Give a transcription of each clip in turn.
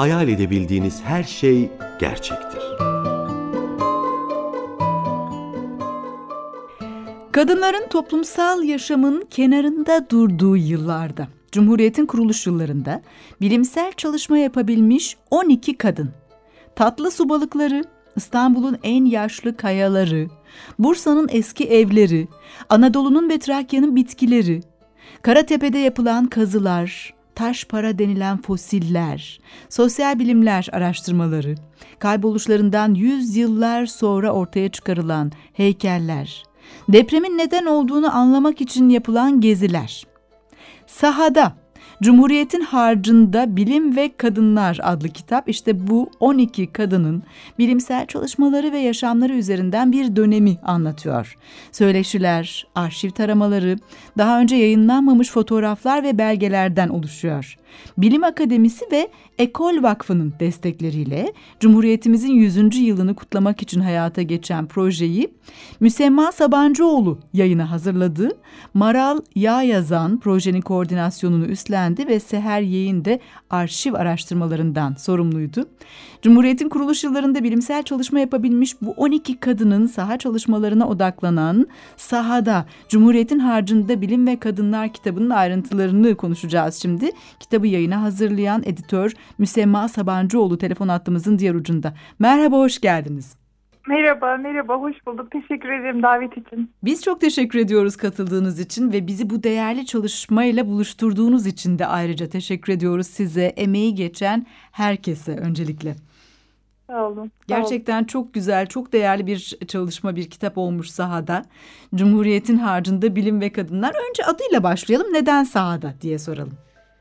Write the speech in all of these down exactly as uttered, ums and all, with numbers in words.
hayal edebildiğiniz her şey gerçektir. Kadınların toplumsal yaşamın kenarında durduğu yıllarda, Cumhuriyet'in kuruluş yıllarında bilimsel çalışma yapabilmiş on iki kadın. Tatlı su balıkları, İstanbul'un en yaşlı kayaları, Bursa'nın eski evleri, Anadolu'nun ve Trakya'nın bitkileri, Karatepe'de yapılan kazılar, taş para denilen fosiller, sosyal bilimler araştırmaları, kayboluşlarından yüz yıllar sonra ortaya çıkarılan heykeller, depremin neden olduğunu anlamak için yapılan geziler. Sahada, Cumhuriyet'in Harcında Bilim ve Kadınlar adlı kitap işte bu on iki kadının bilimsel çalışmaları ve yaşamları üzerinden bir dönemi anlatıyor. Söyleşiler, arşiv taramaları, daha önce yayınlanmamış fotoğraflar ve belgelerden oluşuyor. Bilim Akademisi ve Ekol Vakfı'nın destekleriyle Cumhuriyetimizin yüzüncü yılını kutlamak için hayata geçen projeyi Müsemma Sabancıoğlu yayına hazırladı. Maral Yağyazan projenin koordinasyonunu üstlendi ve Seher Yeğin de arşiv araştırmalarından sorumluydu. Cumhuriyetin kuruluş yıllarında bilimsel çalışma yapabilmiş bu on iki kadının saha çalışmalarına odaklanan Sahada, Cumhuriyetin Harcında Bilim ve Kadınlar kitabının ayrıntılarını konuşacağız şimdi. Kitabı yayına hazırlayan editör Müsemma Sabancıoğlu telefon hattımızın diğer ucunda. Merhaba, hoş geldiniz. Merhaba, merhaba, hoş bulduk. Teşekkür ederim davet için. Biz çok teşekkür ediyoruz katıldığınız için ve bizi bu değerli çalışmayla buluşturduğunuz için de ayrıca teşekkür ediyoruz size, emeği geçen herkese öncelikle. Sağ olun. Gerçekten sağ olun. Çok güzel, çok değerli bir çalışma, bir kitap olmuş Sahada. Cumhuriyetin Harcında Bilim ve Kadınlar. Önce adıyla başlayalım. Neden Sahada diye soralım.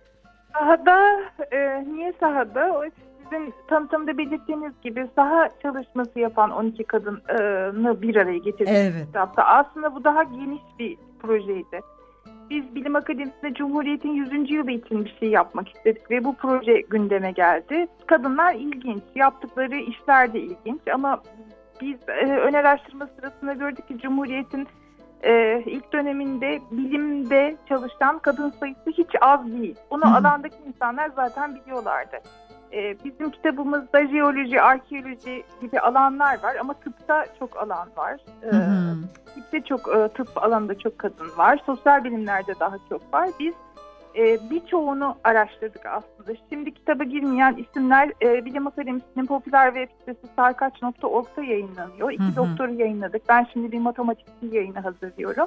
Sahada, e, niye sahada? O sizin tanıtımda belirttiğiniz gibi saha çalışması yapan on iki kadını bir araya getirdik. Evet. Kitapta. Aslında bu daha geniş bir projeydi. Biz Bilim Akademisi'nde Cumhuriyet'in yüzüncü yılı için bir şey yapmak istedik ve bu proje gündeme geldi. Kadınlar ilginç, yaptıkları işler de ilginç ama biz e, ön araştırma sırasında gördük ki Cumhuriyet'in Ee, ilk döneminde bilimde çalışan kadın sayısı hiç az değil. Bunu Hı-hı. alandaki insanlar zaten biliyorlardı. Ee, bizim kitabımızda jeoloji, arkeoloji gibi alanlar var ama tıpta çok alan var. Ee, tıpta çok e, tıp alanında çok kadın var. Sosyal bilimlerde daha çok var. Biz e, birçoğunu araştırdık aslında. Şimdi kitaba girmeyen isimler e, Bilim Akademisi'nin popüler web sitesi sarkaç nokta org'da yayınlanıyor. İki Hı-hı. doktoru yayınladık. Ben şimdi bir matematikçi yayını hazırlıyorum.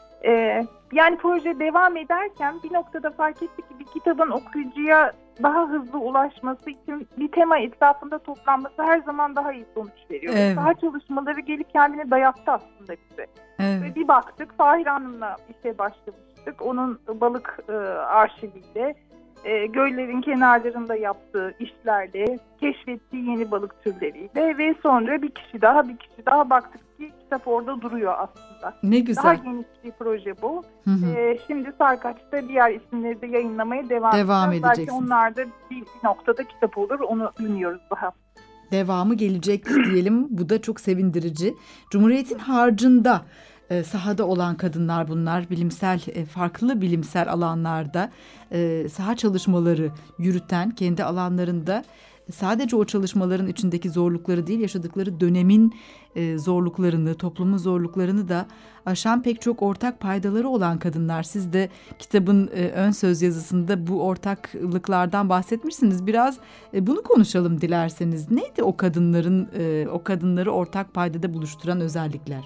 E, yani proje devam ederken bir noktada fark ettik ki bir kitabın okuyucuya daha hızlı ulaşması için bir tema etrafında toplanması her zaman daha iyi sonuç veriyor. Evet. Daha çalışmaları gelip kendini dayattı aslında bize. Evet. Ve bir baktık Fahir Hanım'la işe başlamıştık. Onun balık e, arşiviyle, e, göllerin kenarlarında yaptığı işlerle, keşfettiği yeni balık türleriyle ve sonra bir kişi daha bir kişi daha baktık ki kitap orada duruyor aslında. Ne güzel. Daha geniş bir proje bu. Hı hı. E, şimdi Sarkaç'ta diğer isimleri de yayınlamaya devam, devam edeceğiz. edeceksiniz. Belki onlar da bir, bir noktada kitap olur, onu bilmiyoruz daha. Devamı gelecek diyelim. Bu da çok sevindirici. Cumhuriyetin harcında e, sahada olan kadınlar bunlar. Bilimsel, e, farklı bilimsel alanlarda e, saha çalışmaları yürüten, kendi alanlarında sadece o çalışmaların içindeki zorlukları değil, yaşadıkları dönemin e, zorluklarını, toplumun zorluklarını da aşan pek çok ortak paydaları olan kadınlar. Siz de kitabın e, ön söz yazısında bu ortaklıklardan bahsetmişsiniz. Biraz e, bunu konuşalım dilerseniz. Neydi o kadınların, e, o kadınları ortak paydada buluşturan özellikler?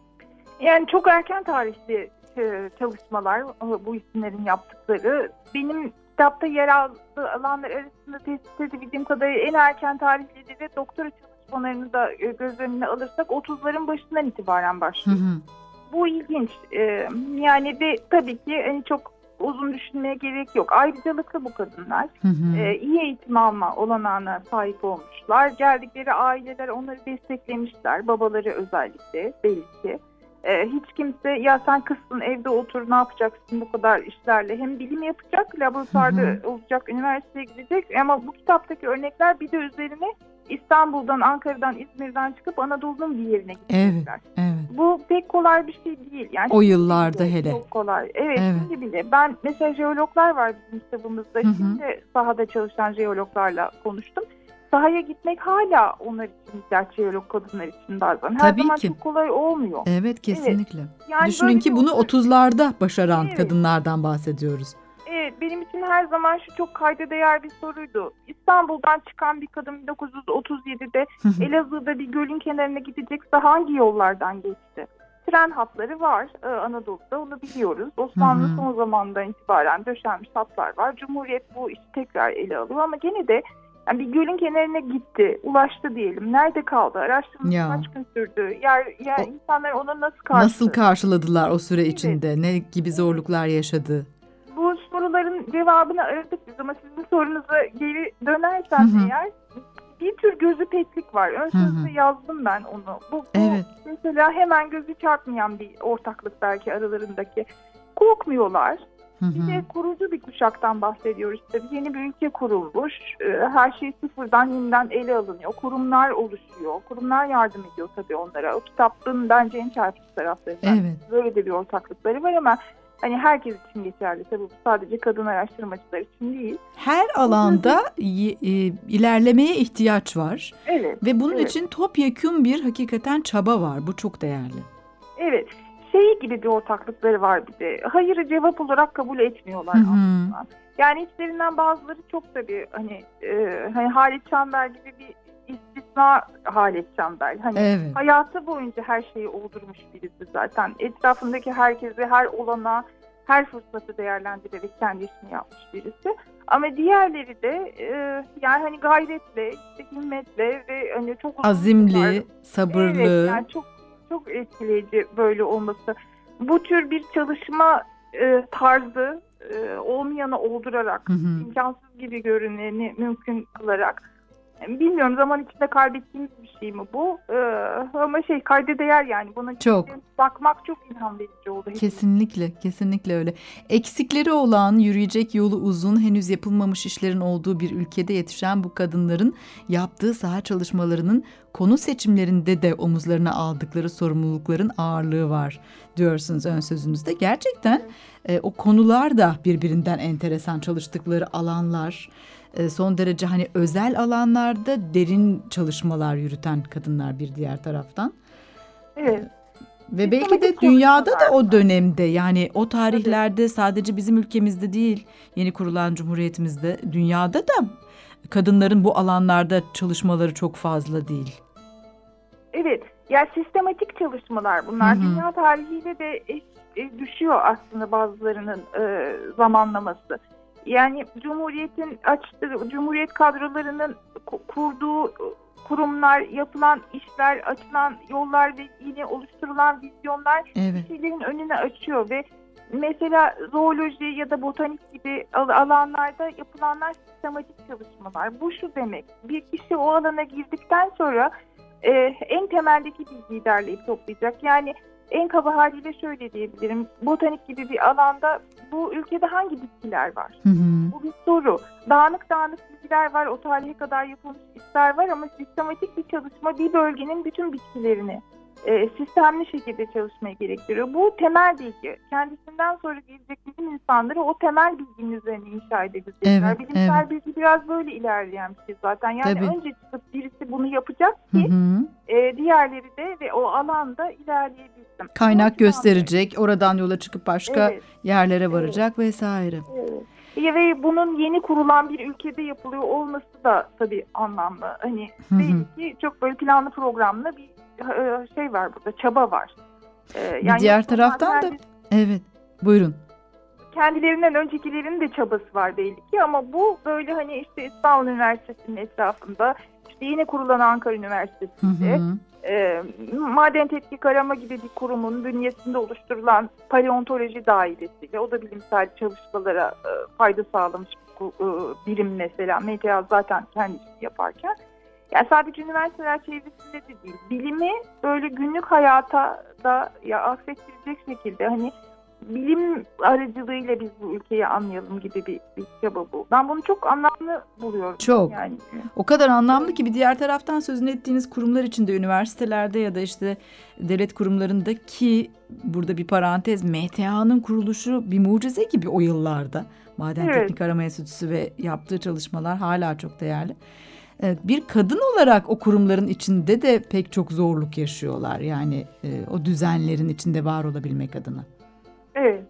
Yani çok erken tarihli e, çalışmalar, bu isimlerin yaptıkları. Benim kitapta yer aldığı alanlar arasında tespit edebildiğim kadarıyla en erken tarihleri de doktora çalışmalarını da göz önüne alırsak otuzların başından itibaren başlıyor. Hı hı. Bu ilginç. Ee, yani ve tabii ki hani çok uzun düşünmeye gerek yok. Ayrıcalıklı bu kadınlar. Hı hı. Ee, iyi eğitim alma olanağına sahip olmuşlar. Geldikleri aileler onları desteklemişler. Babaları özellikle belli ki. Ee, hiç kimse ya sen kızsın evde otur ne yapacaksın bu kadar işlerle, hem bilim yapacak, laboratuvarda hı hı. olacak, üniversiteye gidecek ama bu kitaptaki örnekler bir de üzerine İstanbul'dan, Ankara'dan, İzmir'den çıkıp Anadolu'nun bir yerine Evet, gidecekler. evet. Bu pek kolay bir şey değil. Yani O yıllarda hele. Çok kolay. Evet, Evet. şimdi bile. Ben mesela jeologlar var bizim kitabımızda. Hı hı. Şimdi sahada çalışan jeologlarla konuştum. Sahaya gitmek hala onlar için ihtiyaç, jeolog kadınlar için bazen. Her Tabii zaman ki. çok kolay olmuyor. Evet, kesinlikle. Yani Düşünün böyle ki bir bunu otur- otuzlarda başaran Evet. kadınlardan bahsediyoruz. Evet, benim için her zaman şu çok kayda değer bir soruydu. İstanbul'dan çıkan bir kadın bin dokuz yüz otuz yedide Hı hı. Elazığ'da bir gölün kenarına gidecekse hangi yollardan geçti? Tren hatları var e, Anadolu'da, onu biliyoruz. Osmanlı Hı hı. son zamandan itibaren döşenmiş hatlar var. Cumhuriyet bu işi tekrar ele alıyor ama gene de yani bir gölün kenarına gitti, ulaştı diyelim. Nerede kaldı? Araştırması Ya. kaç gün sürdü? Yer, yer, O- insanlar onu nasıl karşıladı? Nasıl karşıladılar o süre Evet. içinde? Ne gibi zorluklar yaşadı? Bu soruların cevabını aradık biz ama sizin sorunuza geri dönersem Hı hı. eğer bir tür gözü peklik var. Ön Hı hı. sözde yazdım ben onu. Bu, bu Evet. mesela hemen gözü çarpmayan bir ortaklık belki aralarındaki. Korkmuyorlar. Hı Bir hı. de kurucu bir kuşaktan bahsediyoruz. Tabii yeni bir ülke kurulmuş. Ee, Her şey sıfırdan yeniden ele alınıyor. Kurumlar oluşuyor. Kurumlar yardım ediyor tabii onlara. O kitabın bence en çarpıcı taraflarından. Evet. Böyle de bir ortaklıkları var ama hani herkes için geçerli. Tabii bu sadece kadın araştırmacılar için değil. Her alanda y- e, ilerlemeye ihtiyaç var Evet. ve bunun evet. için topyekün bir hakikaten çaba var. Bu çok değerli. Evet. Şey gibi bir ortaklıkları var bir de. Hayırı cevap olarak kabul etmiyorlar Hı hı. aslında. Yani içlerinden bazıları çok tabii hani, e, hani Halit Çamber gibi bir istisna Halit Çamber. Hani Evet. hayatı boyunca her şeyi oldurmuş birisi zaten. Etrafındaki herkesi, her olana, her fırsatı değerlendirerek kendi işini yapmış birisi. Ama diğerleri de e, yani hani gayretle, işte himmetle ve hani çok uzun Azimli, yıllar- sabırlı. Evet, yani çok çok etkileyici böyle olması. Bu tür bir çalışma e, tarzı e, olmayanı oldurarak, Hı hı. imkansız gibi görüneni mümkün kılarak. Yani bilmiyorum, zaman içinde kaybettiğimiz bir şey mi bu? E, ama şey, kayda değer yani. Buna Çok. bakmak çok ilham verici oldu. Kesinlikle, kesinlikle öyle. Eksikleri olan, yürüyecek yolu uzun, henüz yapılmamış işlerin olduğu bir ülkede yetişen bu kadınların yaptığı saha çalışmalarının konu seçimlerinde de omuzlarına aldıkları sorumlulukların ağırlığı var diyorsunuz ön sözünüzde. Gerçekten e, o konular da birbirinden enteresan, çalıştıkları alanlar, e, son derece hani özel alanlarda derin çalışmalar yürüten kadınlar bir diğer taraftan. Evet. Ve belki de Sistematik dünyada da çalışmalar o bunlar. dönemde, yani o tarihlerde sadece bizim ülkemizde değil, yeni kurulan cumhuriyetimizde, dünyada da kadınların bu alanlarda çalışmaları çok fazla değil. Evet. Yani sistematik çalışmalar bunlar. Hı hı. Dünya tarihiyle de eş, e, düşüyor aslında bazılarının e, zamanlaması. Yani Cumhuriyet'in açtığı, Cumhuriyet kadrolarının ku- kurduğu kurumlar, yapılan işler, açılan yollar ve yine oluşturulan vizyonlar Evet. şeylerin önünü açıyor ve mesela zooloji ya da botanik gibi al- alanlarda yapılanlar sistematik çalışmalar. Bu şu demek: bir kişi o alana girdikten sonra e, en temeldeki bilgiyi derleyip toplayacak. Yani en kaba haliyle şöyle diyebilirim: botanik gibi bir alanda bu ülkede hangi bitkiler var? Hı hı. Bu bir soru. Dağınık dağınık bilgiler var, o tarihe kadar yapılmış işler var ama sistematik bir çalışma bir bölgenin bütün bitkilerini e, sistemli şekilde çalışmayı gerektiriyor. Bu temel bilgi. Kendisinden sonra gelecek bilim insanları o temel bilginin üzerine inşa edebilecekler. Evet, Bilimsel evet. bilgi biraz böyle ilerleyen bir şey zaten. Yani Tabii. önce çıkıp birisi bunu yapacak Hı ki hı. e, diğerleri de ve o alanda ilerleyebilsin. Kaynak Bu gösterecek, oradan yola çıkıp başka Evet. yerlere varacak vesaire. Evet. Ve bunun yeni kurulan bir ülkede yapılıyor olması da tabii anlamlı. Hani Hı hı. belli ki çok böyle planlı programlı bir e, şey var burada, çaba var. E, Bir diğer yoksa taraftan da kendi- evet, buyurun. kendilerinden öncekilerin de çabası var belli ki ama bu böyle hani işte İstanbul Üniversitesi'nin etrafında, işte yeni kurulan Ankara Hı Üniversitesi'nde, hı. E, Maden Tetkik Arama gibi bir kurumun bünyesinde oluşturulan paleontoloji dairesiyle, o da bilimsel çalışmalara e, fayda sağlamış bir e, birim mesela. M T A zaten kendi işini yaparken. Yani sadece üniversiteler çevresinde de değil, bilimi böyle günlük hayata da ya aksettirecek şekilde hani bilim aracılığıyla biz bu ülkeyi anlayalım gibi bir, bir çaba bu. Ben bunu çok anlamlı buluyorum. Çok. Yani. O kadar anlamlı ki bir diğer taraftan sözünü ettiğiniz kurumlar içinde, üniversitelerde ya da işte devlet kurumlarında, ki burada bir parantez, M T A'nın kuruluşu bir mucize gibi o yıllarda. Maden Evet. Teknik Arama Enstitüsü ve yaptığı çalışmalar hala çok değerli. Bir kadın olarak o kurumların içinde de pek çok zorluk yaşıyorlar. Yani o düzenlerin içinde var olabilmek adına. Evet.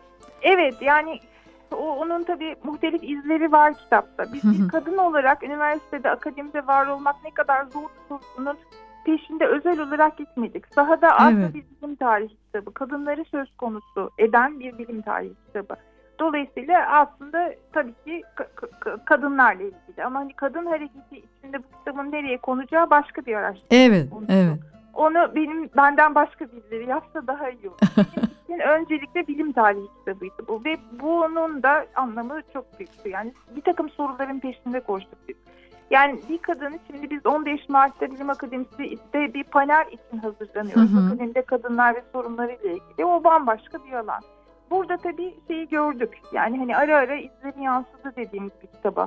Evet, yani o, onun tabii muhtelif izleri var kitapta. Biz bir kadın olarak üniversitede, akademide var olmak ne kadar zor sorusunun peşinde özel olarak gitmedik. Sahada Evet. aslında bir bilim tarihi kitabı. Kadınları söz konusu eden bir bilim tarihi kitabı. Dolayısıyla aslında tabii ki ka- ka- kadınlarla ilgili. Ama hani kadın hareketi içinde bu kitabın nereye konacağı başka bir araştırma. Evet, konusu. evet. Onu benim benden başka birileri yapsa daha iyi olur. Benim için öncelikle bilim tarihi kitabıydı bu. Ve bunun da anlamı çok büyüktü. Yani bir takım soruların peşinde koştuk biz. Yani bir kadını, şimdi biz on beş Mart'ta Bilim Akademisi'de bir panel için hazırlanıyoruz. Hı hı. Akademide kadınlar ve sorunlarıyla ilgili. O bambaşka bir alan. Burada tabii şeyi gördük. Yani hani ara ara izleri yansıdı dediğimiz bir kitaba.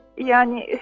Yani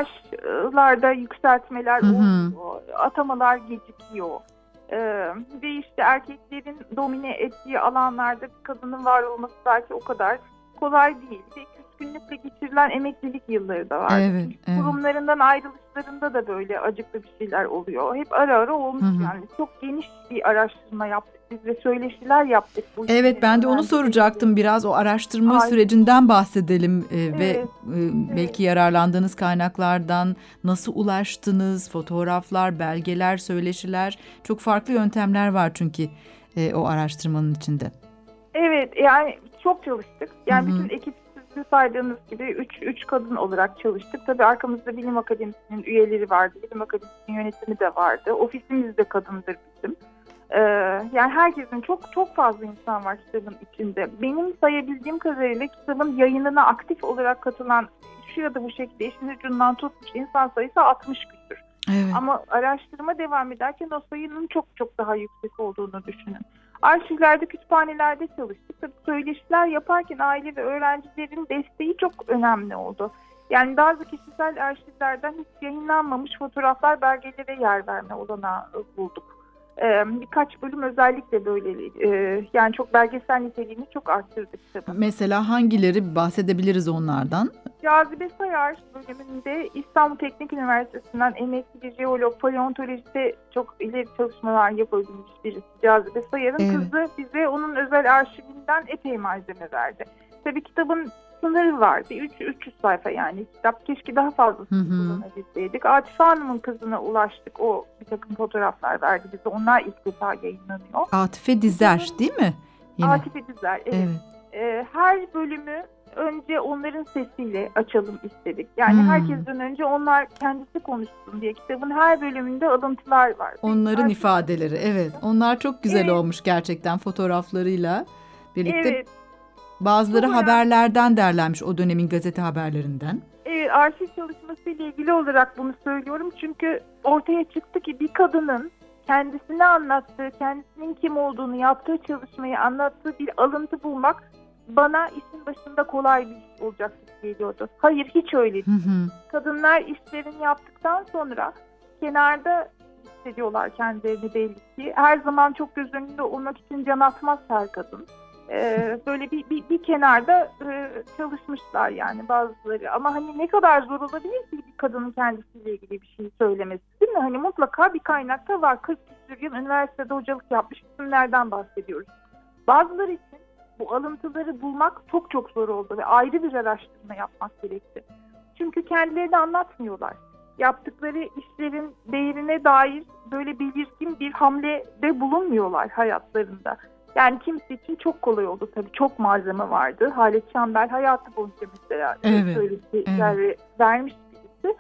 maaşlarda yükseltmeler Hı hı. oluyor, atamalar gecikiyor. Ee, ve işte erkeklerin domine ettiği alanlarda bir kadının var olması belki o kadar kolay değil. Ve küskünlükle geçirilen emeklilik yılları da var. Evet, evet. Kurumlarından ayrılışlarında da böyle acıklı bir şeyler oluyor. Hep ara ara olmuş. Hı hı. Yani. Çok geniş bir araştırma yaptık biz ve söyleşiler yaptık. Bu Evet, ben de onu öğrencilerle soracaktım. Biraz o araştırma Aynen. sürecinden bahsedelim ee, ve Evet, e, belki yararlandığınız kaynaklardan nasıl ulaştınız? Fotoğraflar, belgeler, söyleşiler, çok farklı yöntemler var çünkü e, o araştırmanın içinde. Evet, yani çok çalıştık. Yani Hı hı. bütün ekip sizin saydığınız gibi üç, üç kadın olarak çalıştık. Tabii arkamızda Bilim Akademisi'nin üyeleri vardı. Bilim Akademisi'nin yönetimi de vardı. Ofisimiz de kadındır bizim. Ee, yani herkesin, çok çok fazla insan var kitabın içinde. Benim sayabildiğim kadarıyla kitabın yayınına aktif olarak katılan, şu ya da bu şekilde işin ucundan tutmuş insan sayısı altmış küsur. Evet. Ama araştırma devam ederken o sayının çok çok daha yüksek olduğunu düşünün. Arşivlerde, kütüphanelerde çalıştık. Tabii söyleşiler yaparken aile ve öğrencilerin desteği çok önemli oldu. Yani bazı kişisel arşivlerden hiç yayınlanmamış fotoğraflar, belgelere yer verme olanağı bulduk. Ee, birkaç bölüm özellikle böyle, e, yani çok belgesel niteliğini çok arttırdık tabii. Mesela hangileri, bahsedebiliriz onlardan? Cazibe Sayar bölümünde İstanbul Teknik Üniversitesi'nden emekli bir jeolog, paleontolojide çok ileri çalışmalar yapabilmiş birisi Cazibe Sayar'ın Evet. kızı bize onun özel arşivinden epey malzeme verdi. Tabii kitabın sınırı vardı. üç yüz sayfa yani kitap. Keşke daha fazlasını Hı hı. kullanabilseydik. Atife Hanım'ın kızına ulaştık. O bir takım fotoğraflar verdi bize. Onlar ilk defa yayınlanıyor. Atife Dizer değil mi? Yine. Atife Dizer, evet. Evet. Ee, her bölümü önce onların sesiyle açalım istedik. Yani Hmm. herkesten önce onlar kendisi konuşsun diye kitabın her bölümünde alıntılar var. Onların Arşiv- ifadeleri, evet. Onlar çok güzel Evet. olmuş gerçekten, fotoğraflarıyla birlikte. Evet, Bazıları Çok önemli. haberlerden derlenmiş, o dönemin gazete haberlerinden. evet, arşiv çalışması ile ilgili olarak bunu söylüyorum. Çünkü ortaya çıktı ki bir kadının kendisini anlattığı, kendisinin kim olduğunu, yaptığı çalışmayı anlattığı bir alıntı bulmak bana işin başında kolay bir iş olacak gibi geliyordu. Hayır, hiç öyle değil. Hı hı. Kadınlar işlerini yaptıktan sonra kenarda hissediyorlar kendilerini belli ki. Her zaman çok göz önünde olmak için can atmaz her kadın. Ee, böyle bir, bir, bir kenarda e, çalışmışlar yani bazıları. Ama hani ne kadar zor olabilir ki bir kadının kendisiyle ilgili bir şey söylemesi, değil mi? Hani mutlaka bir kaynakta var. kırk küsur yıl üniversitede hocalık yapmış isimlerden bahsediyoruz. Bazıları için bu alıntıları bulmak çok çok zor oldu ve ayrı bir araştırma yapmak gerekti. Çünkü kendileri de anlatmıyorlar. Yaptıkları işlerin değerine dair böyle belirgin bir hamlede bulunmuyorlar hayatlarında. Yani kimisi için çok kolay oldu tabii. Çok malzeme vardı. Halet Çember hayatı boyunca mesela Evet, söyleşi evet. yani vermiş birisi.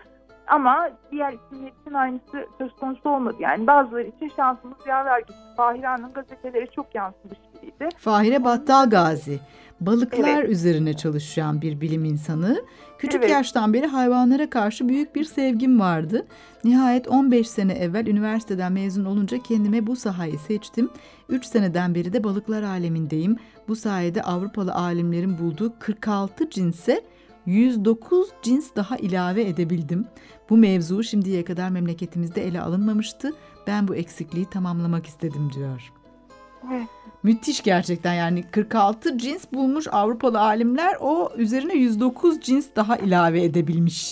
Ama diğer isimler için aynısı söz konusu olmadı. Yani bazıları için şansımız yaver gitti. Fahire Hanım gazetelere çok yansımış biriydi. Fahire Battal Gazi, balıklar Evet. üzerine çalışan bir bilim insanı. Küçük Evet. yaştan beri hayvanlara karşı büyük bir sevgim vardı. Nihayet on beş sene evvel üniversiteden mezun olunca kendime bu sahayı seçtim. üç seneden beri de balıklar alemindeyim. Bu sayede Avrupalı alimlerin bulduğu kırk altı cinse yüz dokuz cins daha ilave edebildim. Bu mevzu şimdiye kadar memleketimizde ele alınmamıştı. Ben bu eksikliği tamamlamak istedim diyor. Evet. Müthiş gerçekten, yani kırk altı cins bulmuş Avrupalı alimler, o üzerine yüz dokuz cins daha ilave edebilmiş.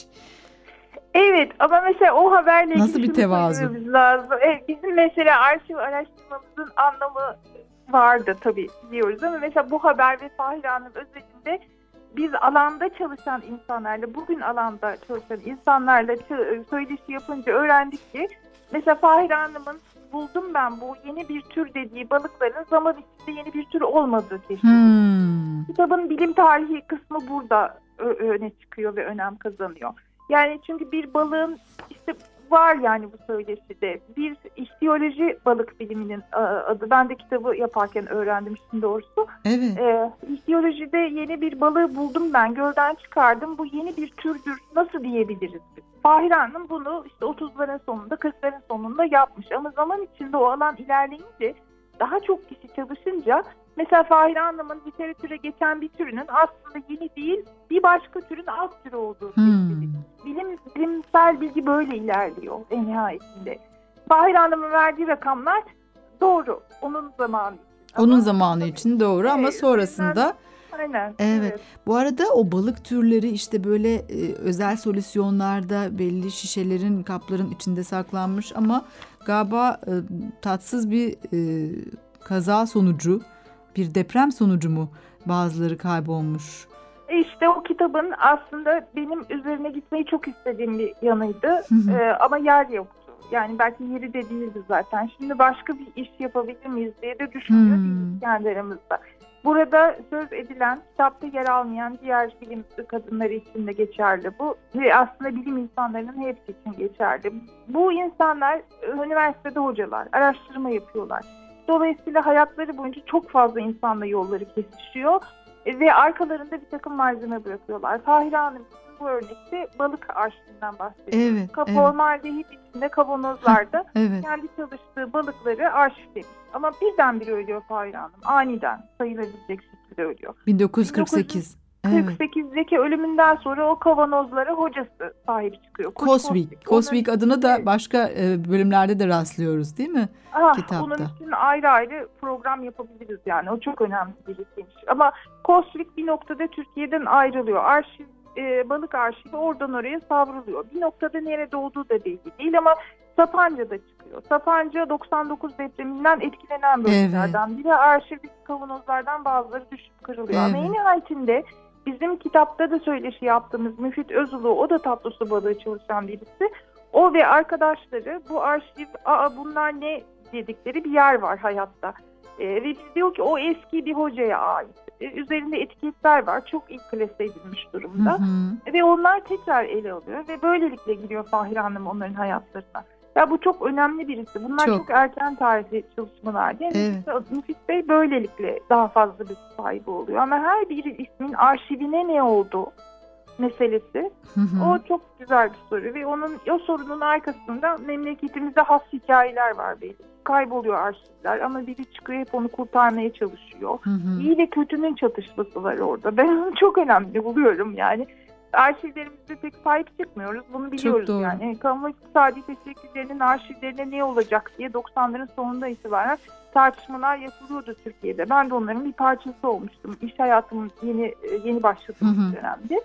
Evet, ama mesela o haberle ilgili Nasıl bir şunu tevazu? söylememiz lazım. Evet, bizim mesela arşiv araştırmamızın anlamı vardı tabii, biliyoruz, ama mesela bu haber ve Fahire Hanım özelinde biz alanda çalışan insanlarla, bugün alanda çalışan insanlarla söyleşi yapınca öğrendik ki mesela Fahire Hanım'ın buldum ben bu yeni bir tür dediği balıkların zaman içinde yeni bir tür olmadığı keşfedildi. Hmm. Kitabın bilim tarihi kısmı burada öne çıkıyor ve önem kazanıyor. Yani çünkü bir balığın işte var yani bu söyleşide. Bir ihtiyoloji balık biliminin adı. Ben de kitabı yaparken öğrendim işin doğrusu. Evet. Ee, ihtiyolojide yeni bir balığı buldum ben. Gölden çıkardım. Bu yeni bir türdür. Nasıl diyebiliriz biz? Fahire Hanım bunu işte otuzların sonunda, kırkların sonunda yapmış. Ama zaman içinde o alan ilerleyince, daha çok kişi çalışınca, mesela Fahire Hanım'ın literatüre geçen bir türünün aslında yeni değil, bir başka türün alt türü olduğu keşfedildi. Hmm. Bilim, bilimsel bilgi böyle ilerliyor en nihayetinde. Fahire Hanım'ın verdiği rakamlar doğru. Onun zamanı için. Onun Ama, zamanı için doğru, ama Evet, sonrasında... Aynen. Evet. Bu arada o balık türleri işte böyle e, özel solüsyonlarda belli şişelerin, kapların içinde saklanmış ama galiba e, tatsız bir e, kaza sonucu, bir deprem sonucu mu bazıları kaybolmuş? İşte o kitabın aslında benim üzerine gitmeyi çok istediğim bir yanıydı. Hı hı. Ee, ama yer yoktu. Yani belki yeri de değildi zaten. Şimdi başka bir iş yapabilir miyiz diye de düşünüyor Hmm. değiliz kendi aramızda. Burada söz edilen, kitapta yer almayan diğer bilim kadınları için de geçerli bu. Ve aslında bilim insanlarının hepsi için geçerli. Bu insanlar üniversitede hocalar, araştırma yapıyorlar. Dolayısıyla hayatları boyunca çok fazla insanla yolları kesişiyor. Ve arkalarında bir takım malzeme bırakıyorlar. Fahire Hanım bu örnekte balık arşivinden bahsediyor. Evet, evet. Formaldehit içinde kavanozlarda Evet. kendi çalıştığı balıkları arşivlemiş. Ama birdenbire ölüyor Fahire Hanım. Aniden sayılabilecek şekilde ölüyor. bin dokuz yüz kırk sekiz. Evet. kırk sekizdeki ölümünden sonra o kavanozlara hocası sahip çıkıyor. Kuş Coswig. Coswig Onun- adını da Evet. başka e, bölümlerde de rastlıyoruz değil mi? Ah, kitapta. Onun için ayrı ayrı program yapabiliriz yani. O çok önemli birisiymiş. Ama Coswig bir noktada Türkiye'den ayrılıyor. Arşiv, e, balık arşivi oradan oraya savruluyor. Bir noktada nerede olduğu da belli değil ama Sapanca'da çıkıyor. Sapanca doksan dokuz depreminden etkilenen bölgelerden biri. Arşivdeki kavanozlardan bazıları düşüp kırılıyor. Evet. Ama en nihayetinde bizim kitapta da söyleşi yaptığımız Müfit Özulu, o da tatlı su balığı çalışan birisi. O ve arkadaşları bu arşiv, aa bunlar ne dedikleri bir yer var hayatta. Ee, ve biz diyor ki o eski bir hocaya ait. Ee, üzerinde etiketler var. Çok iyi klase edilmiş durumda. Hı hı. Ve onlar tekrar ele alıyor ve böylelikle giriyor Fahire Hanım onların hayatlarına. Ya bu çok önemli birisi. Bunlar Çok. çok, erken tarihli çalışmalar değil mi? Evet. Müfit Bey böylelikle daha fazla bir sahibi oluyor. Ama her bir ismin arşivine ne oldu meselesi, Hı hı. o çok güzel bir soru ve onun o sorunun arkasında memleketimizde has hikayeler var belli. Kayboluyor arşivler ama biri çıkıyor hep onu kurtarmaya çalışıyor. Hı hı. İyi ve kötünün çatışması var orada. Ben onu çok önemli buluyorum yani. Arşivlerimizde pek sahip çıkmıyoruz. Bunu biliyoruz doğru. yani. Kamu iktisadi teşekkürlerinin arşivlerine ne olacak diye doksanların sonunda itibaren tartışmalar yapılıyordu Türkiye'de. Ben de onların bir parçası olmuştum. İş hayatımın yeni yeni başladığım Hı hı. dönemde.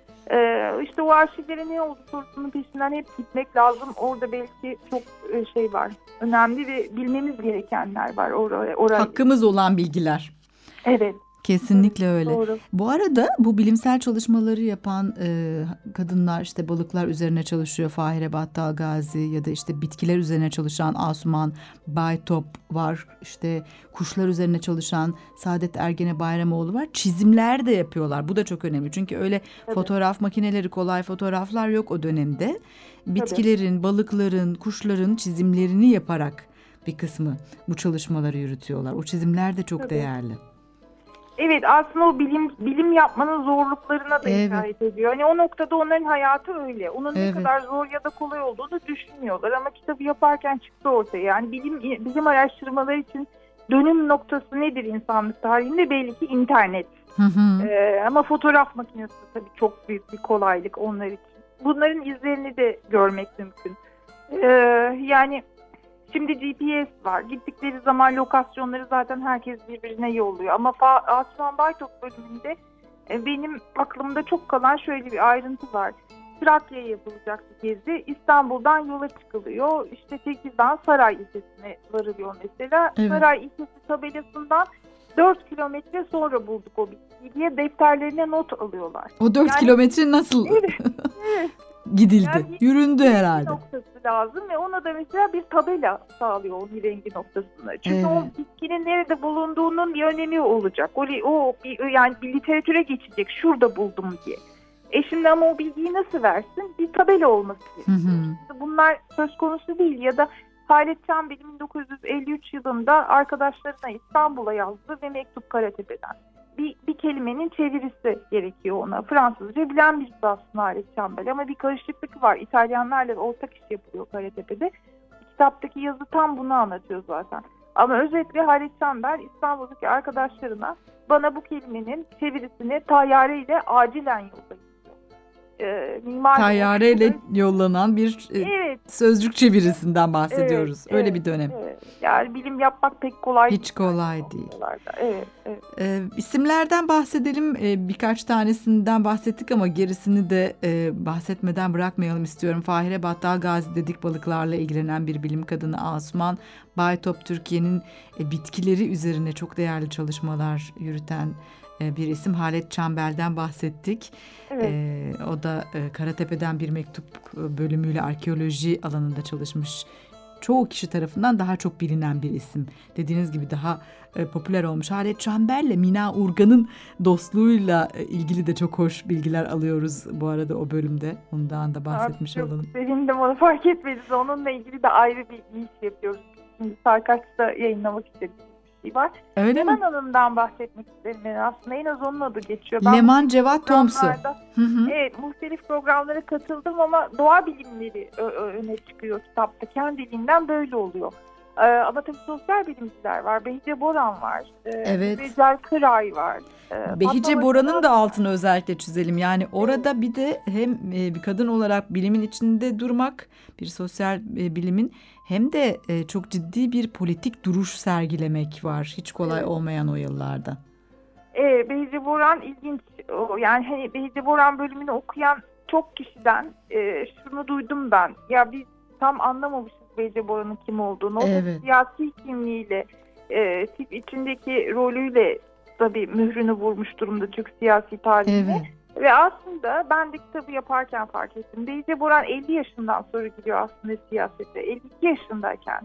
Ee, işte o arşivlere ne oldu sorusunun peşinden hep gitmek lazım. Orada belki çok e, şey var. Önemli ve bilmemiz gerekenler var oraya. oraya. Hakkımız olan bilgiler. Evet. Kesinlikle öyle. Doğru. Bu arada bu bilimsel çalışmaları yapan e, kadınlar, işte balıklar üzerine çalışıyor. Fahire Battalgazi ya da işte bitkiler üzerine çalışan Asuman Baytop var. İşte kuşlar üzerine çalışan Saadet Ergene Bayramoğlu var. Çizimler de yapıyorlar. Bu da çok önemli. Çünkü öyle Tabii. fotoğraf makineleri, kolay fotoğraflar yok o dönemde. Bitkilerin, balıkların, kuşların çizimlerini yaparak bir kısmı bu çalışmaları yürütüyorlar. O çizimler de çok Tabii. değerli. Evet, aslında o bilim bilim yapmanın zorluklarına da Evet. işaret ediyor. Hani o noktada onların hayatı öyle. Onun Evet. ne kadar zor ya da kolay olduğunu düşünmüyorlar ama kitabı yaparken çıktı ortaya. Yani bilim bilim araştırmaları için dönüm noktası nedir insanlık tarihinde? Belli ki internet. Hı hı. Ee, ama fotoğraf makinesi tabii çok büyük bir kolaylık onlar için. Bunların izlerini de görmek mümkün. Ee, yani şimdi G P S var. Gittikleri zaman lokasyonları zaten herkes birbirine yolluyor. Ama Fa- Asuman Baytok bölümünde e, benim aklımda çok kalan şöyle bir ayrıntı var. Trakya'ya yapılacak bir gezi. İstanbul'dan yola çıkılıyor. İşte Tekirdağ Saray ilçesine varılıyor mesela. Evet. Saray ilçesi tabelasından dört kilometre sonra bulduk o bitkiyi diye defterlerine not alıyorlar. O dört Yani- kilometre nasıl Evet, evet. gidildi? Yani- Yüründü herhalde. noktası lazım ve ona da mesela bir tabela sağlıyor o mirengi noktasında. Çünkü Evet. o bitkinin nerede bulunduğunun bir önemi olacak. O, o bir, yani bir literatüre geçecek. Şurada buldum diye. E şimdi ama o bilgiyi nasıl versin? Bir tabela olması Hı gerekiyor. hı. Bunlar söz konusu değil. Ya da Halet Çambil bin dokuz yüz elli üç yılında arkadaşlarına İstanbul'a yazdı ve mektup Karatepe'den. Bir, bir kelimenin çevirisi gerekiyor ona. Fransızca bilen birisi aslında Halet Çambil ama bir karışıklık var. İtalyanlarla ortak iş yapılıyor Karatepe'de. Kitaptaki yazı tam bunu anlatıyor zaten. Ama özetle Halet Çambil İstanbul'daki arkadaşlarına bana bu kelimenin çevirisini tayyareyle acilen yollayın. Ee, mimar Tayyareyle yollanan bir e, Evet. sözcük çevirisinden bahsediyoruz. Evet, Öyle evet, bir dönem. Evet. Yani bilim yapmak pek kolay Hiç kolay değil. Evet, evet. E, isimlerden bahsedelim. E, birkaç tanesinden bahsettik ama gerisini de e, bahsetmeden bırakmayalım istiyorum. Fahire Battalgazi dedik, balıklarla ilgilenen bir bilim kadını. Asuman Baytop, Türkiye'nin e, bitkileri üzerine çok değerli çalışmalar yürüten e, bir isim. Halet Çambel'den bahsettik. Evet. E, o da e, Karatepe'den bir mektup bölümüyle arkeoloji alanında çalışmış. Çoğu kişi tarafından daha çok bilinen bir isim. Dediğiniz gibi daha e, popüler olmuş. Halet Çamber'le Mina Urgan'ın dostluğuyla e, ilgili de çok hoş bilgiler alıyoruz bu arada o bölümde. Ondan da bahsetmiş Çok olalım. sevindim, onu fark etmediniz. Onunla ilgili de ayrı bir iş yapıyoruz. Şimdi Sarkaç'ta yayınlamak istediğim bir şey var. Öyle Leman mi? Hanım'dan bahsetmek isterim. Ben aslında en az onun adı geçiyor. Leman Cevat Tomsu. programlarda- Hı hı. Evet, muhtelif programlara katıldım ama doğa bilimleri ö- ö- öne çıkıyor kitapta. Kendiliğinden böyle oluyor. Ee, ama tabii sosyal bilimciler var. Behice Boran var. Ee, Evet. Becer Kıray var. Ee, Behice Fatma Boran'ın Başaran da var. altını özellikle çizelim. Yani orada bir de hem e, bir kadın olarak bilimin içinde durmak, bir sosyal e, bilimin, hem de e, çok ciddi bir politik duruş sergilemek var. Hiç kolay Evet. olmayan o yıllarda. Evet, Behice Boran ilginç. O, yani hani Behice Boran bölümünü okuyan çok kişiden e, şunu duydum ben. Ya biz tam anlamamışız Behice Boran'ın kim olduğunu. O da Evet. siyasi kimliğiyle, e, tip içindeki rolüyle tabii mührünü vurmuş durumda Türk siyasi tarihine. Evet. Ve aslında ben de kitabı yaparken fark ettim. Behice Boran elli yaşından sonra giriyor aslında siyasete. elli iki yaşındayken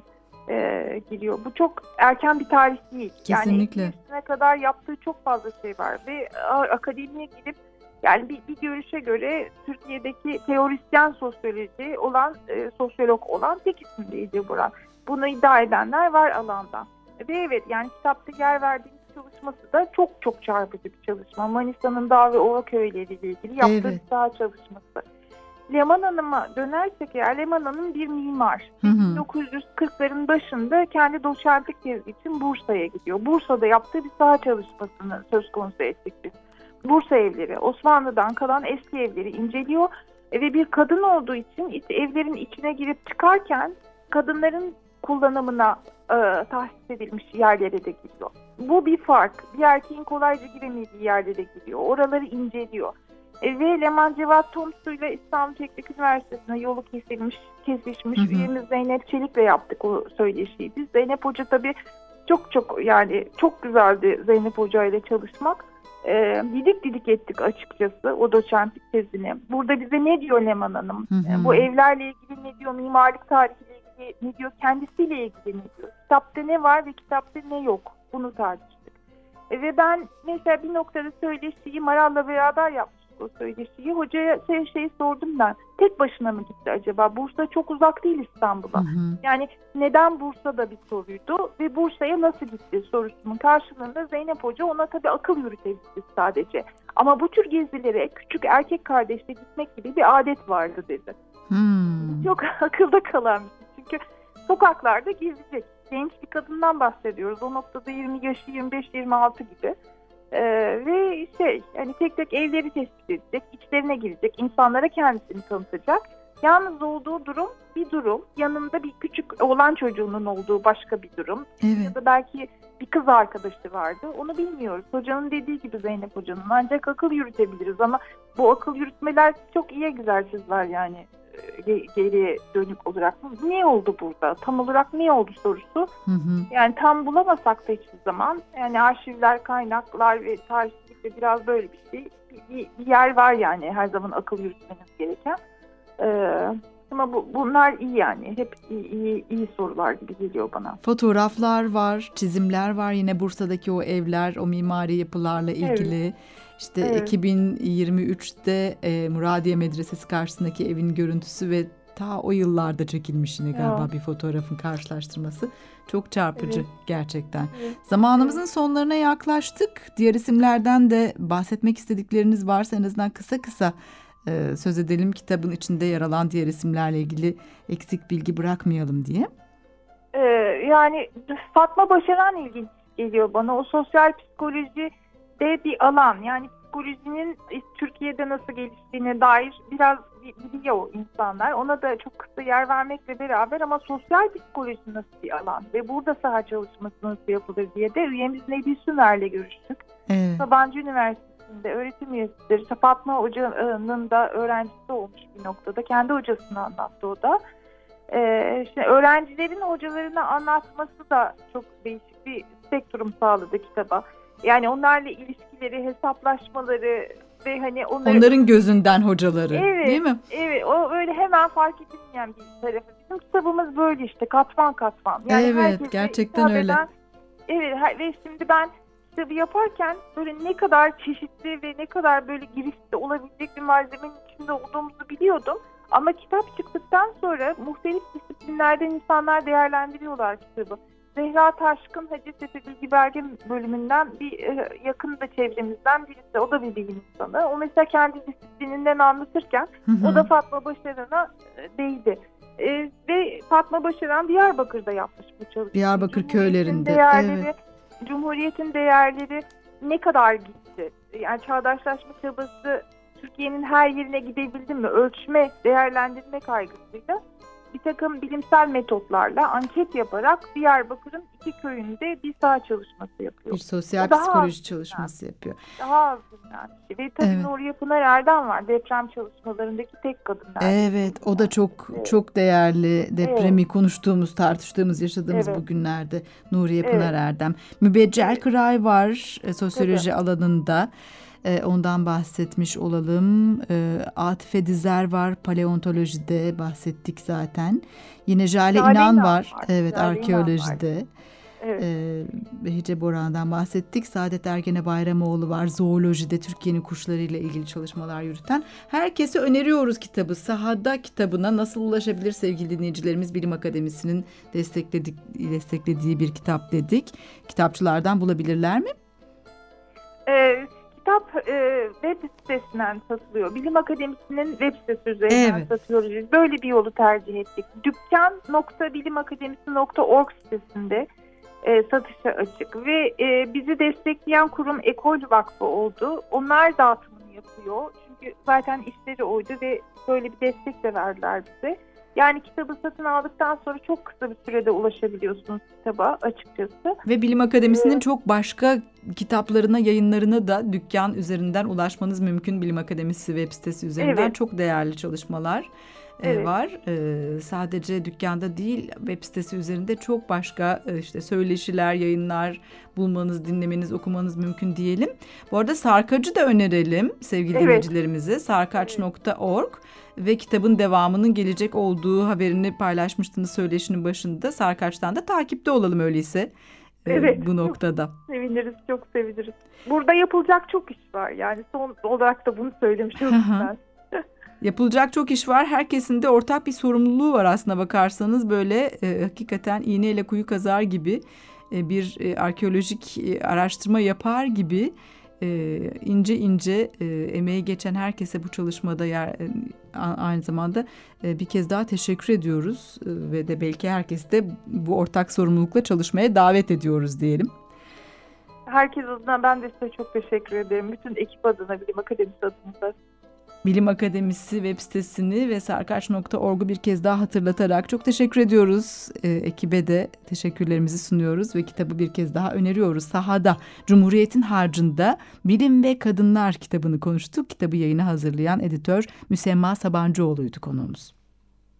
e, giriyor. Bu çok erken bir tarih değil. Kesinlikle. Yani elli yaşına kadar yaptığı çok fazla şey var. Ve a, akademiye gidip yani bir, bir görüşe göre Türkiye'deki teorisyen sosyoloji olan, e, sosyolog olan tek isim Behice Boran. Bunu iddia edenler var alanda. Ve evet, yani kitapta yer verdiğimiz çalışması da çok çok çarpıcı bir çalışma. Manisa'nın dağ ve ova köyleriyle ilgili yaptığı Evet. bir dağ çalışması. Leman Hanım'a dönersek eğer, Leman Hanım bir mimar. Hı hı. bin dokuz yüz kırkların başında kendi doçentlik tezi için Bursa'ya gidiyor. Bursa'da yaptığı bir saha çalışmasını söz konusu ettik biz. Bursa evleri, Osmanlı'dan kalan eski evleri inceliyor ve bir kadın olduğu için iç- evlerin içine girip çıkarken kadınların kullanımına e, tahsis edilmiş yerlere de giriyor. Bu bir fark. Bir erkeğin kolayca giremediği yerlere giriyor. Oraları inceliyor. E, ve Leman Cevat Tomsu ile İstanbul Teknik Üniversitesi'ne yolu kesilmiş, kesişmiş. Hı hı. Üyemiz Zeynep Çelik'le yaptık o söyleşiyi biz. Zeynep Hoca tabii çok çok yani çok güzeldi Zeynep Hoca ile çalışmak. E, didik didik ettik açıkçası o doçentlik tezini. Burada bize ne diyor Leman Hanım? Hı hı. E, bu evlerle ilgili ne diyor? Mimarlık tarihiyle ilgili ne diyor? Kendisiyle ilgili ne diyor? Kitapta ne var ve kitapta ne yok? Bunu tartıştık. E, ve ben mesela bir noktada söyleşiyi Maral'la beraber yapmıştık o söyleşiyi. Hocaya şey, şey sordum ben. Tek başına mı gitti acaba? Bursa çok uzak değil İstanbul'a. Hı hı. Yani neden Bursa'da bir soruydu ve Bursa'ya nasıl gitti sorusunun karşılığında Zeynep Hoca ona tabii akıl yürütebildi sadece. Ama bu tür gezilere küçük erkek kardeşle gitmek gibi bir adet vardı dedi. Hmm. Çok akılda kalan bir şey. Çünkü sokaklarda gezecek. Genç bir kadından bahsediyoruz. O noktada yirmi yaşı yirmi beş yirmi altı gibi. Ee, ve şey yani tek tek evleri tespit edecek, içlerine girecek, insanlara kendisini tanıtacak. Yalnız olduğu durum bir durum, yanında bir küçük oğlan çocuğunun olduğu başka bir durum. Evet. Ya da belki bir kız arkadaşı vardı, onu bilmiyoruz. Hocanın dediği gibi Zeynep Hoca'nın ancak akıl yürütebiliriz ama bu akıl yürütmeler çok iyi egzersizler yani geriye dönük olarak. Ne oldu burada? Tam olarak ne oldu sorusu. Hı hı. Yani tam bulamasak da hiçbir zaman yani arşivler, kaynaklar ve tarihçilikte biraz böyle bir şey. Bir, bir yer var yani her zaman akıl yürütmeniz gereken. Ee, ama bu, bunlar iyi yani. Hep iyi, iyi, iyi sorular gibi geliyor bana. Fotoğraflar var, çizimler var. Yine Bursa'daki o evler, o mimari yapılarla ilgili. Evet. İşte Evet. iki bin yirmi üçte e, Muradiye Medresesi karşısındaki evin görüntüsü ve ta o yıllarda çekilmiş yine galiba Evet. bir fotoğrafın karşılaştırması. Çok çarpıcı Evet. gerçekten. Evet. Zamanımızın Evet. sonlarına yaklaştık. Diğer isimlerden de bahsetmek istedikleriniz varsa en azından kısa kısa e, söz edelim. Kitabın içinde yer alan diğer isimlerle ilgili eksik bilgi bırakmayalım diye. Ee, yani Fatma Başaran ilginç geliyor bana. O sosyal psikoloji de bir alan. Yani psikolojinin Türkiye'de nasıl geliştiğine dair biraz biliyor insanlar. Ona da çok kısa yer vermekle beraber ama sosyal psikoloji nasıl bir alan ve burada saha çalışması nasıl yapılır diye de üyemiz Nebi Sümer'le görüştük. Evet. Sabancı Üniversitesi'nde öğretim üyesidir. Fatma Hoca'nın da öğrencisi olmuş bir noktada. Kendi hocasını anlattı o da. Ee, işte öğrencilerin hocalarına anlatması da çok değişik bir spektrum sağladı kitaba. Yani onlarla ilişkileri, hesaplaşmaları ve hani onları... Onların gözünden hocaları, evet, değil mi? Evet, o öyle hemen fark edilmeyen bir tarafı. Bizim kitabımız böyle işte katman katman. Yani evet, gerçekten öyle. Eden, evet ve şimdi ben kitabı yaparken böyle ne kadar çeşitli ve ne kadar böyle girişte olabilecek bir malzemenin içinde olduğumuzu biliyordum. Ama kitap çıktıktan sonra muhtelif disiplinlerden insanlar değerlendiriyorlar kitabı. Zehra Taşkın Hacettepe Bilgi Belge bölümünden bir yakın da çevremizden birisi. O da bir bilim insanı. O mesela kendi disiplininden anlatırken Hı hı. o da Fatma Başaran'a değdi. E, ve Fatma Başaran Diyarbakır'da yapmış bu çalışmayı. Diyarbakır köylerinde. Değerleri, evet. Cumhuriyet'in değerleri ne kadar gitti? Yani çağdaşlaşma çabası Türkiye'nin her yerine gidebildi mi? Ölçme, değerlendirme kaygısıyla bir takım bilimsel metotlarla anket yaparak Diyarbakır'ın iki köyünde bir saha çalışması yapıyor. Bir sosyal O daha psikoloji az çalışması yapıyor. Daha az bilinen bir şey. Ve tabii Evet. Nuriye Pınar Erdem var. Deprem çalışmalarındaki tek kadın. Evet, o da çok Evet. çok değerli. Depremi Evet. konuştuğumuz, tartıştığımız, yaşadığımız Evet. bugünlerde Nuriye Evet. Pınar Erdem. Mübeccel Evet. Kıray var e, sosyoloji alanında. E, ondan bahsetmiş olalım. E, Atife Dizer var, paleontolojide bahsettik zaten. Yine Jale Jale İnan İnan var. var. Evet, Jale İnan arkeolojide. Evet. Ee, Behice Boran'dan bahsettik. Saadet Ergene Bayramoğlu var. Zoolojide Türkiye'nin kuşlarıyla ilgili çalışmalar yürüten. Herkese öneriyoruz kitabı. Sahada kitabına nasıl ulaşabilir sevgili dinleyicilerimiz? Bilim Akademisi'nin destekledik, desteklediği bir kitap dedik. Kitapçılardan bulabilirler mi? Ee, kitap e, web sitesinden satılıyor. Bilim Akademisi'nin web sitesi üzerinden Evet. satıyoruz. Böyle bir yolu tercih ettik. dükkan nokta bilimakademisi nokta org sitesinde e, satışa açık ve e, bizi destekleyen kurum Ekol Vakfı oldu. Onlar dağıtımını yapıyor. Çünkü zaten işleri oydu ve böyle bir destek de verdiler bize. Yani kitabı satın aldıktan sonra çok kısa bir sürede ulaşabiliyorsunuz kitaba açıkçası. Ve Bilim Akademisi'nin Evet. çok başka kitaplarına, yayınlarına da dükkan üzerinden ulaşmanız mümkün. Bilim Akademisi web sitesi üzerinden Evet. çok değerli çalışmalar. Evet. var. Ee, sadece dükkanda değil, web sitesi üzerinde çok başka e, işte söyleşiler, yayınlar bulmanız, dinlemeniz, okumanız mümkün diyelim. Bu arada Sarkaç'ı da önerelim sevgili Evet. dinleyicilerimize. sarkaç nokta org ve kitabın devamının gelecek olduğu haberini paylaşmıştınız söyleşinin başında. Sarkaç'tan da takipte olalım öyleyse e, Evet. bu noktada. Seviniriz, çok seviniriz. Burada yapılacak çok iş var. Yani son olarak da bunu söylemiş olayım ben. Yapılacak çok iş var. Herkesin de ortak bir sorumluluğu var aslına bakarsanız. Böyle e, hakikaten iğneyle kuyu kazar gibi e, bir e, arkeolojik e, araştırma yapar gibi e, ince ince e, emeği geçen herkese bu çalışmada yer, e, aynı zamanda e, bir kez daha teşekkür ediyoruz. E, ve de belki herkesi de bu ortak sorumlulukla çalışmaya davet ediyoruz diyelim. Herkes adına ben de size çok teşekkür ederim. Bütün ekip adına, Bilim Akademisi adına da. Bilim Akademisi web sitesini ve sarkaç nokta org'u bir kez daha hatırlatarak çok teşekkür ediyoruz. Ee, ekibe de teşekkürlerimizi sunuyoruz ve kitabı bir kez daha öneriyoruz. Sahada, Cumhuriyet'in harcında Bilim ve Kadınlar kitabını konuştuk. Kitabı yayına hazırlayan editör Müsemma Sabancıoğlu'ydu konuğumuz.